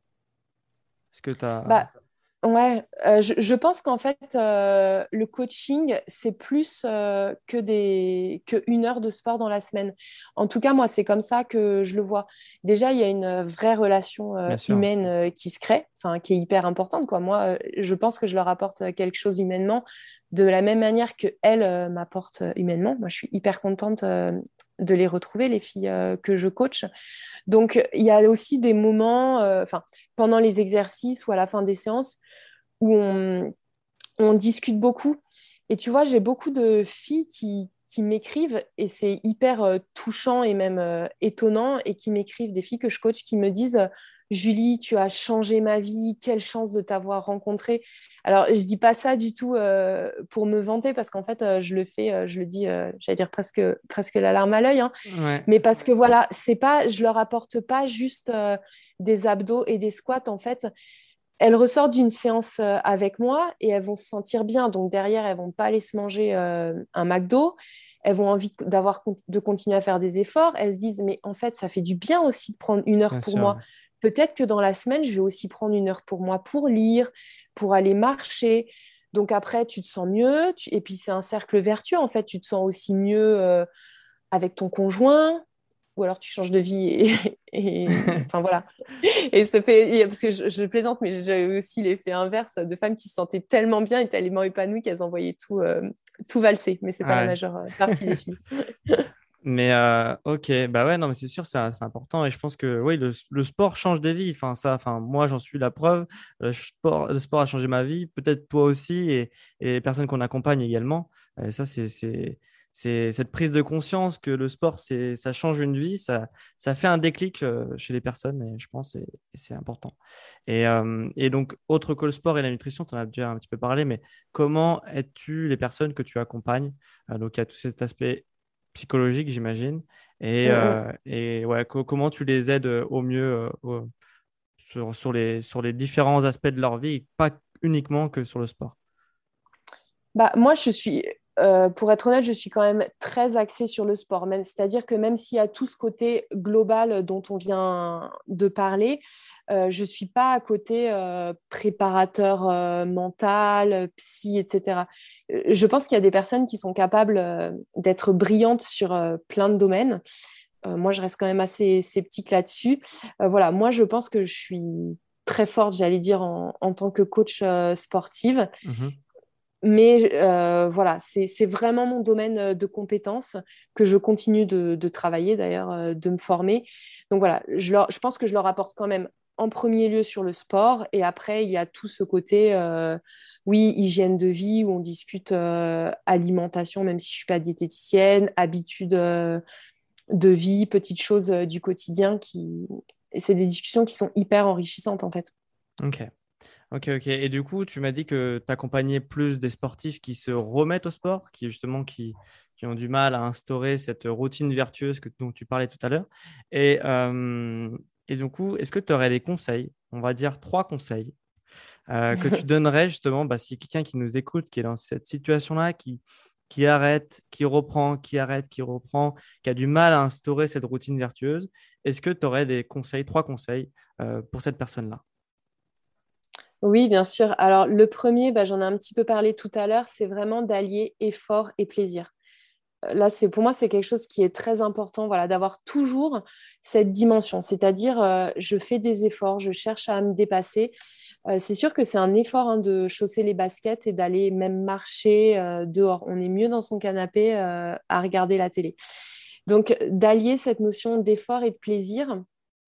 Est-ce que tu as... Bah, ouais, euh, je, je pense qu'en fait, euh, le coaching, c'est plus euh, que des, que une heure de sport dans la semaine. En tout cas, moi, c'est comme ça que je le vois. Déjà, il y a une vraie relation euh, Bien sûr. humaine euh, qui se crée, enfin, qui est hyper importante, quoi. Moi, euh, je pense que je leur apporte euh, quelque chose humainement de la même manière que elles euh, m'apportent euh, humainement. Moi, je suis hyper contente euh, de les retrouver, les filles euh, que je coach. Donc, il y a aussi des moments, euh, enfin, pendant les exercices ou à la fin des séances, où on, on discute beaucoup. Et tu vois, j'ai beaucoup de filles qui, qui m'écrivent, et c'est hyper euh, touchant et même euh, étonnant, et qui m'écrivent, des filles que je coach, qui me disent euh, Julie, tu as changé ma vie, quelle chance de t'avoir rencontrée. Alors, je dis pas ça du tout euh, pour me vanter, parce qu'en fait, euh, je le fais, euh, je le dis, euh, j'allais dire presque, presque la larme à l'œil, hein, Ouais, mais parce que voilà, c'est pas, je leur apporte pas juste euh, des abdos et des squats. En fait, elles ressortent d'une séance euh, avec moi et elles vont se sentir bien. Donc derrière, elles vont pas aller se manger euh, un McDo. Elles vont envie d'avoir de continuer à faire des efforts. Elles se disent, mais en fait, ça fait du bien aussi de prendre une heure bien pour moi. sûr. Peut-être que dans la semaine, je vais aussi prendre une heure pour moi pour lire, pour aller marcher. Donc après, tu te sens mieux. Tu... Et puis c'est un cercle vertueux. En fait, tu te sens aussi mieux euh, avec ton conjoint, ou alors tu changes de vie et, et- enfin voilà. Et ça fait, parce que je, je plaisante, mais j'ai eu aussi l'effet inverse de femmes qui se sentaient tellement bien et tellement épanouies qu'elles envoyaient tout, euh, tout valser, mais c'est pas la Ouais. majeure euh, partie des filles. Mais euh, ok, bah ouais, non, mais c'est sûr, c'est c'est important et je pense que oui, le, le sport change des vies. Enfin, ça, enfin, moi, j'en suis la preuve. Le sport, le sport a changé ma vie, peut-être toi aussi et, et les personnes qu'on accompagne également. Et ça, c'est, c'est, c'est cette prise de conscience que le sport, c'est, ça change une vie, ça, ça fait un déclic euh, chez les personnes et je pense et, et c'est important. Et, euh, et donc, autre que le sport et la nutrition, tu en as déjà un petit peu parlé, mais comment aides-tu les personnes que tu accompagnes? Euh, donc, il y a tout cet aspect psychologique, j'imagine. Et, Mm, mm. euh, et ouais, co- comment tu les aides euh, au mieux euh, au- sur, sur les, sur les différents aspects de leur vie, et pas uniquement que sur le sport. Bah, moi, je suis euh, pour être honnête, je suis quand même très axée sur le sport. Même, c'est-à-dire que même s'il y a tout ce côté global dont on vient de parler, euh, je ne suis pas à côté euh, préparateur euh, mental, psy, et cetera. Euh, Je pense qu'il y a des personnes qui sont capables euh, d'être brillantes sur euh, plein de domaines. Euh, moi, je reste quand même assez sceptique là-dessus. Euh, voilà, moi, je pense que je suis très forte, j'allais dire, en, en tant que coach euh, sportive. Mhm. Mais euh, voilà, c'est, c'est vraiment mon domaine euh, de compétences que je continue de, de travailler, d'ailleurs, euh, de me former. Donc voilà, je, leur- je pense que je leur apporte quand même en premier lieu sur le sport. Et après, il y a tout ce côté, euh, oui, hygiène de vie, où on discute euh, alimentation, même si je ne suis pas diététicienne, habitudes euh, de vie, petites choses euh, du quotidien qui... Et c'est des discussions qui sont hyper enrichissantes, en fait. Ok. Ok, ok. Et du coup, tu m'as dit que tu accompagnais plus des sportifs qui se remettent au sport, qui justement qui, qui ont du mal à instaurer cette routine vertueuse que, dont tu parlais tout à l'heure. Et, euh, et du coup, est-ce que tu aurais des conseils, on va dire trois conseils, euh, que tu donnerais justement bah, si quelqu'un qui nous écoute, qui est dans cette situation-là, qui, qui arrête, qui reprend, qui arrête, qui reprend, qui a du mal à instaurer cette routine vertueuse, est-ce que tu aurais des conseils, trois conseils euh, pour cette personne-là? Oui, bien sûr. Alors, le premier, bah, j'en ai un petit peu parlé tout à l'heure, c'est vraiment d'allier effort et plaisir. Euh, Là, c'est, pour moi, c'est quelque chose qui est très important, voilà, d'avoir toujours cette dimension, c'est-à-dire euh, je fais des efforts, je cherche à me dépasser. Euh, c'est sûr que c'est un effort hein, de chausser les baskets et d'aller même marcher euh, dehors. On est mieux dans son canapé euh, à regarder la télé. Donc, d'allier cette notion d'effort et de plaisir.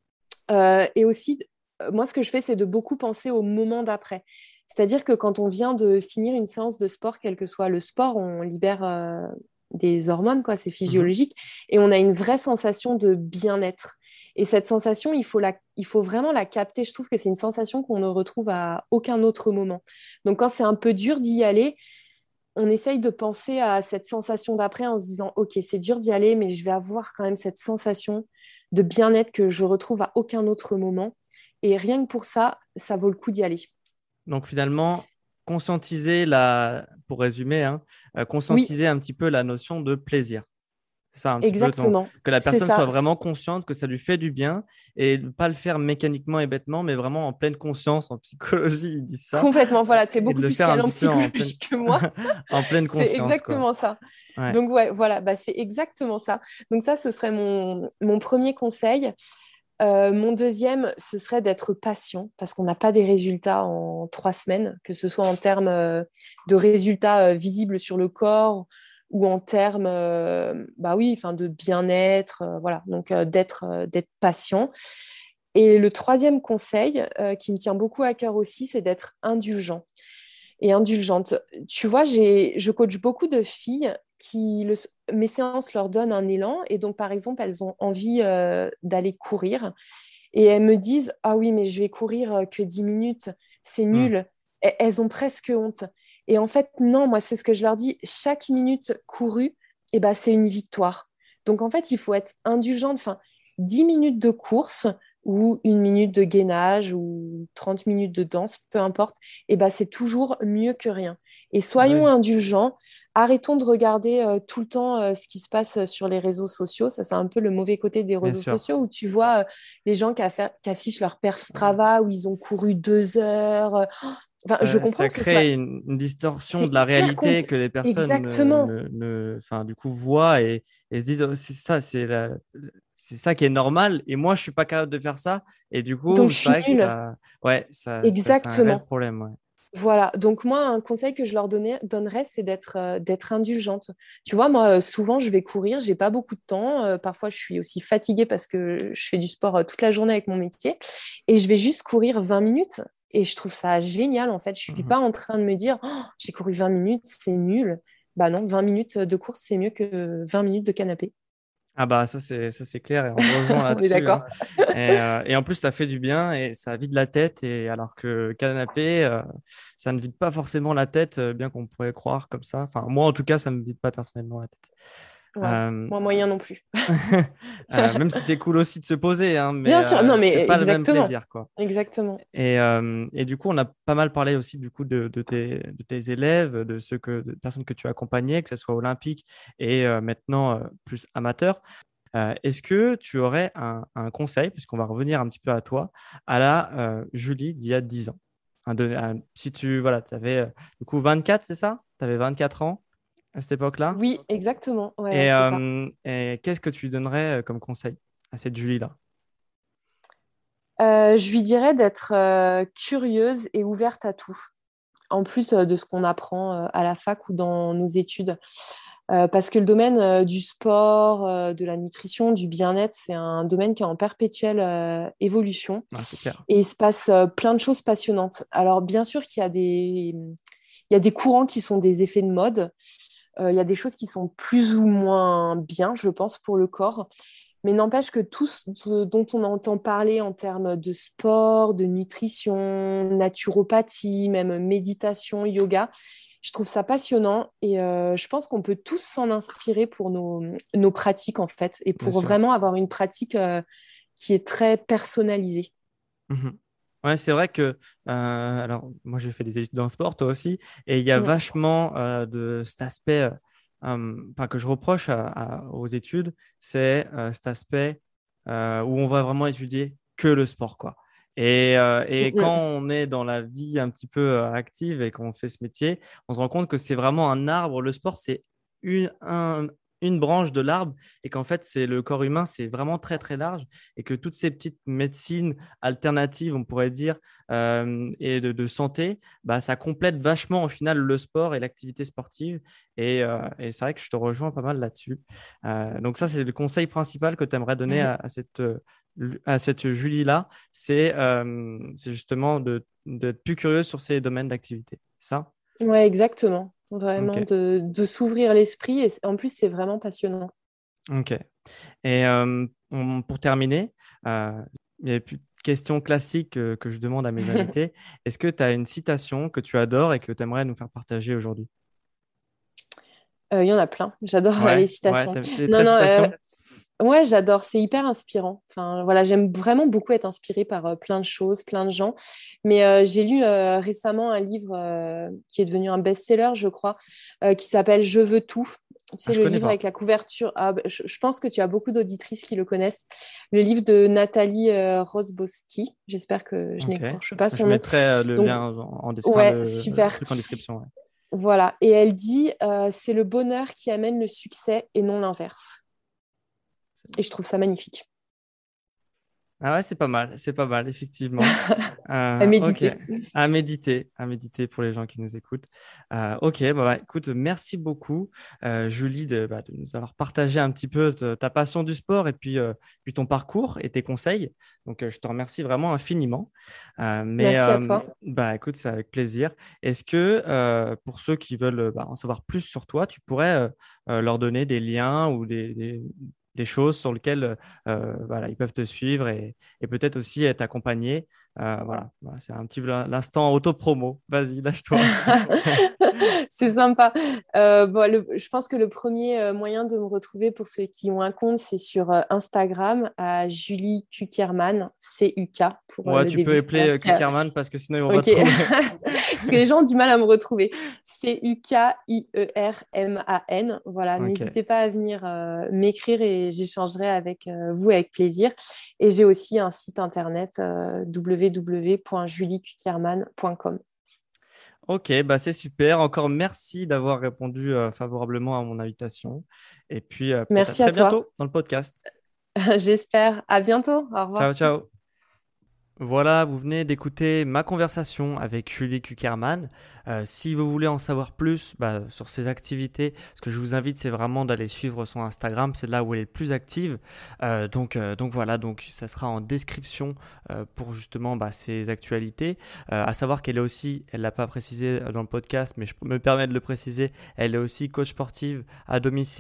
Euh, et aussi, euh, moi, ce que je fais, c'est de beaucoup penser au moment d'après. C'est-à-dire que quand on vient de finir une séance de sport, quel que soit le sport, on libère euh, des hormones, quoi, c'est Mhm. physiologique, et on a une vraie sensation de bien-être. Et cette sensation, il faut, la, il faut vraiment la capter. Je trouve que c'est une sensation qu'on ne retrouve à aucun autre moment. Donc, quand c'est un peu dur d'y aller, on essaye de penser à cette sensation d'après en se disant, OK, c'est dur d'y aller, mais je vais avoir quand même cette sensation de bien-être que je retrouve à aucun autre moment. Et rien que pour ça, ça vaut le coup d'y aller. Donc finalement, conscientiser la, pour résumer, hein, euh, Oui, conscientiser un petit peu la notion de plaisir. C'est ça un petit peu ton- exactement. que la C'est personne soit ça. vraiment consciente que ça lui fait du bien et ne pas le faire mécaniquement et bêtement, mais vraiment en pleine conscience. En psychologie, ils disent ça. Complètement. Euh, Voilà, tu es et de beaucoup le plus faire un calé en petit peu en pleine, psychologie que moi. en pleine C'est conscience, quoi. exactement ça. Ouais. Donc, ouais, voilà, bah, c'est exactement ça. Donc, ça, ce serait mon, mon premier conseil. Euh, mon deuxième, ce serait d'être patient parce qu'on n'a pas des résultats en trois semaines, que ce soit en termes euh, de résultats euh, visibles sur le corps ou en termes euh, bah oui, enfin, de bien-être. Euh, voilà, donc euh, d'être euh, d'être patient. Et le troisième conseil euh, qui me tient beaucoup à cœur aussi, c'est d'être indulgent et indulgente. Tu vois, j'ai, je coach beaucoup de filles qui, le, mes séances leur donnent un élan et donc, par exemple, elles ont envie euh, d'aller courir et elles me disent, ah oui, mais je vais courir euh, que dix minutes, c'est Hmm. nul. Et elles ont presque honte. Et en fait, non, moi, c'est ce que je leur dis, chaque minute courue, eh ben, c'est une victoire. Donc, en fait, il faut être indulgente. Enfin, dix minutes de course ou une minute de gainage ou trente minutes de danse, peu importe, eh ben, c'est toujours mieux que rien. Et Bah soyons oui, indulgents, arrêtons de regarder euh, tout le temps euh, ce qui se passe sur les réseaux sociaux. Ça, c'est un peu le mauvais côté des bien réseaux sûr. sociaux où tu vois euh, les gens qui, affa- qui affichent leur perf Strava, où ils ont couru deux heures. euh, Enfin, je Ça, comprends ça que ce soit... crée une, une distorsion C'est de la hyper réalité compl... que les personnes ne, Exactement. ne- ne- enfin, du coup, voient et, et se disent, oh, c'est ça, c'est la- c'est ça qui est normal. Et moi, je suis pas capable de faire ça. Et du Donc, coup, je c'est suis vrai que nulle. ça, ouais, ça, ça, c'est un réel Exactement. problème. Ouais. Voilà, donc moi, un conseil que je leur donnais- donnerais, c'est d'être euh, d'être indulgente. Tu vois, moi, euh, souvent, je vais courir, j'ai pas beaucoup de temps. Euh, parfois, je suis aussi fatiguée parce que je fais du sport euh, toute la journée avec mon métier. Et je vais juste courir vingt minutes. Et je trouve ça génial, en fait. Je suis Mhm. pas en train de me dire, oh, j'ai couru vingt minutes, c'est nul. Bah non, vingt minutes de course, c'est mieux que vingt minutes de canapé. Ah bah ça c'est ça c'est clair et on se rejoint On est là-dessus, hein. d'accord. Et, euh, et en plus ça fait du bien et ça vide la tête et alors que canapé euh, ça ne vide pas forcément la tête euh, bien qu'on pourrait croire comme ça. Enfin moi en tout cas ça me vide pas personnellement la tête. Ouais. Euh, Moi, moyen non plus. euh, même si c'est cool aussi de se poser, hein, mais Bien sûr, euh, non, c'est mais pas le même exactement. plaisir, quoi. Exactement. Et, euh, et du coup, on a pas mal parlé aussi du coup de, de tes, de tes élèves, de ceux que, de personnes que tu as accompagnées, que ce soit olympique et euh, maintenant euh, plus amateur. Euh, est-ce que tu aurais un, un conseil, puisqu'on va revenir un petit peu à toi, à la euh, Julie d'il y a dix ans? Un de- un- si tu voilà, avais euh, du coup vingt-quatre, c'est ça? Tu avais vingt-quatre ans à cette époque-là? Oui, exactement. Ouais, ouais, Et, c'est ça. euh, et qu'est-ce que tu lui donnerais euh, comme conseil à cette Julie-là? Euh, je lui dirais d'être euh, curieuse et ouverte à tout, en plus euh, de ce qu'on apprend euh, à la fac ou dans nos études. Euh, parce que le domaine euh, du sport, euh, de la nutrition, du bien-être, c'est un domaine qui est en perpétuelle euh, évolution Ah, c'est clair. et il se passe euh, plein de choses passionnantes. Alors, bien sûr qu'il y a des, il y a des courants qui sont des effets de mode. Euh, il y a des choses qui sont plus ou moins bien, je pense, pour le corps. Mais n'empêche que tout ce dont on entend parler en termes de sport, de nutrition, naturopathie, même méditation, yoga, je trouve ça passionnant et euh, je pense qu'on peut tous s'en inspirer pour nos, nos pratiques en fait et Bien pour sûr. vraiment avoir une pratique euh, qui est très personnalisée. Mhm. Ouais, c'est vrai que, euh, alors moi j'ai fait des études dans le sport, toi aussi, et il y a Mm. vachement euh, de cet aspect, euh, euh, enfin, que je reproche à- à- aux études, c'est euh, cet aspect euh, où on va vraiment étudier que le sport, quoi. Et, euh, Mm, et quand mm. on est dans la vie un petit peu euh, active et qu'on fait ce métier, on se rend compte que c'est vraiment un arbre. Le sport, c'est une, un- une branche de l'arbre et qu'en fait, c'est le corps humain, c'est vraiment très, très large et que toutes ces petites médecines alternatives, on pourrait dire, euh, et de, de santé, bah, ça complète vachement au final le sport et l'activité sportive. Et, euh, et c'est vrai que je te rejoins pas mal là-dessus. Euh, donc ça, c'est le conseil principal que tu aimerais donner à, à cette, euh, à cette Julie-là, c'est euh, c'est justement de, d'être plus curieuse sur ces domaines d'activité. C'est ça? Ouais, exactement. Ok, Vraiment de, de s'ouvrir l'esprit et c- en plus, c'est vraiment passionnant. ok. Et euh, on- pour terminer, euh, il y a une question classique euh, que je demande à mes invités. Est-ce que tu as une citation que tu adores et que tu aimerais nous faire partager aujourd'hui? Euh, Il y en a plein. J'adore euh, les Ouais, ouais, citations. t'es t'es Non, très non, euh, citation? ouais, j'adore. C'est hyper inspirant. Enfin, voilà, j'aime vraiment beaucoup être inspirée par euh, plein de choses, plein de gens. Mais euh, j'ai lu euh, récemment un livre euh, qui est devenu un best-seller, je crois, euh, qui s'appelle Je veux tout. Tu Ah, sais, je le connais livre pas. avec la couverture. Ah, bah, je, je pense que tu as beaucoup d'auditrices qui le connaissent. Le livre de Nathalie euh, Rosbowski. J'espère que je Ok. n'écorche pas Je son nom. mettrai euh, le Donc, lien en, en, des- enfin, ouais, le, le super. truc en description. Ouais. Voilà. Et elle dit, euh, c'est le bonheur qui amène le succès et non l'inverse. Et je trouve ça magnifique. Ah ouais, c'est pas mal, c'est pas mal, effectivement. À Euh, ok, méditer. à méditer, à méditer pour les gens qui nous écoutent. Euh, ok, bah, bah, écoute, merci beaucoup, euh, Julie, de, bah, de nous avoir partagé un petit peu ta, ta passion du sport et puis, euh, puis ton parcours et tes conseils. Donc, euh, je te remercie vraiment infiniment. Euh, mais, Merci à euh, toi. bah, écoute, c'est avec plaisir. Est-ce que euh, pour ceux qui veulent bah, en savoir plus sur toi, tu pourrais euh, euh, leur donner des liens ou des, des, des choses sur lesquelles euh, voilà, ils peuvent te suivre et, et peut-être aussi être accompagnés. Euh, voilà, Voilà, c'est un petit peu l'instant auto-promo. Vas-y, lâche-toi. C'est sympa. Euh, bon, le- je pense que le premier euh, moyen de me retrouver pour ceux qui ont un compte, c'est sur euh, Instagram à Julie Kuckerman, C U K pour euh, Ouais, le tu peux début. Voilà, appeler euh, parce que, Kuckerman parce que sinon ils vont pas ok. te trouver. Parce que les gens ont du mal à me retrouver. C U K I E R M A N. Voilà, Ok. n'hésitez pas à venir euh, m'écrire et j'échangerai avec euh, vous avec plaisir. Et j'ai aussi un site internet euh, w w w point julie kuckerman point com. Ok, bah c'est super. Encore merci d'avoir répondu euh, favorablement à mon invitation. Et puis euh, peut-être à Merci à très toi. bientôt dans le podcast. J'espère. À bientôt. Au Ciao, revoir. ciao. Voilà, vous venez d'écouter ma conversation avec Julie Kuckerman. Euh, si vous voulez en savoir plus bah, sur ses activités, ce que je vous invite, c'est vraiment d'aller suivre son Instagram. C'est là où elle est le plus active. Euh, donc, euh, donc voilà, donc ça sera en description euh, pour justement bah, ses actualités. Euh, à savoir qu'elle est aussi, elle l'a pas précisé dans le podcast, mais je me permets de le préciser, elle est aussi coach sportive à domicile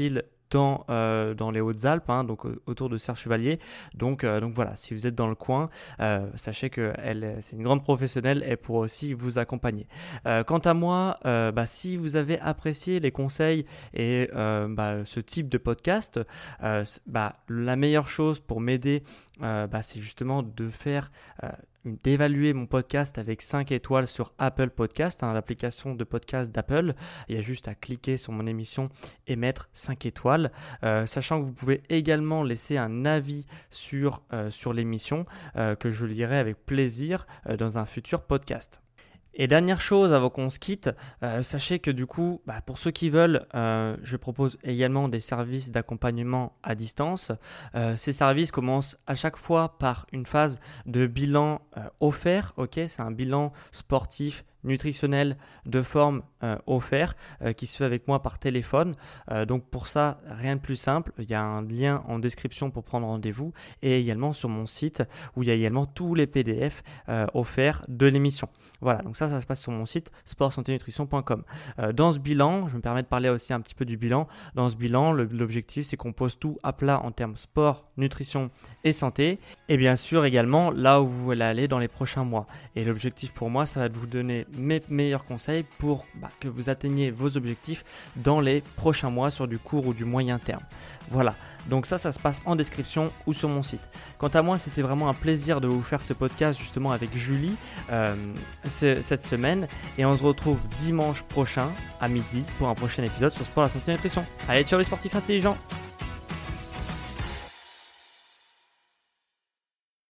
dans, euh, dans les Hautes-Alpes, hein, donc euh, autour de Serre-Chevalier. Donc, euh, donc voilà, si vous êtes dans le coin, euh, sachez que elle, c'est une grande professionnelle, elle pourra aussi vous accompagner. Euh, quant à moi, euh, bah, si vous avez apprécié les conseils et euh, bah, ce type de podcast, euh, bah, la meilleure chose pour m'aider, euh, bah, c'est justement de faire... Euh, d'évaluer mon podcast avec cinq étoiles sur Apple Podcast, hein, l'application de podcast d'Apple. Il y a juste à cliquer sur mon émission et mettre cinq étoiles, euh, sachant que vous pouvez également laisser un avis sur, euh, sur l'émission euh, que je lirai avec plaisir euh, dans un futur podcast. Et dernière chose avant qu'on se quitte, euh, sachez que du coup, bah, pour ceux qui veulent, euh, je propose également des services d'accompagnement à distance. Euh, ces services commencent à chaque fois par une phase de bilan euh, offert. Ok, c'est un bilan sportif, nutritionnel de forme euh, offert euh, qui se fait avec moi par téléphone. Euh, donc pour ça, rien de plus simple. Il y a un lien en description pour prendre rendez-vous et également sur mon site où il y a également tous les P D F euh, offerts de l'émission. Voilà, donc ça, ça se passe sur mon site sport santé nutrition point com. Euh, dans ce bilan, je me permets de parler aussi un petit peu du bilan. Dans ce bilan, le, l'objectif, c'est qu'on pose tout à plat en termes sport, nutrition et santé. Et bien sûr, également, là où vous voulez aller dans les prochains mois. Et l'objectif pour moi, ça va être de vous donner mes meilleurs conseils pour bah, que vous atteigniez vos objectifs dans les prochains mois sur du court ou du moyen terme. Voilà, donc ça, ça se passe en description ou sur mon site. Quant à moi, c'était vraiment un plaisir de vous faire ce podcast justement avec Julie euh, ce, cette semaine et on se retrouve dimanche prochain à midi pour un prochain épisode sur Sport, la santé et la nutrition. Allez, ciao les sportifs intelligents!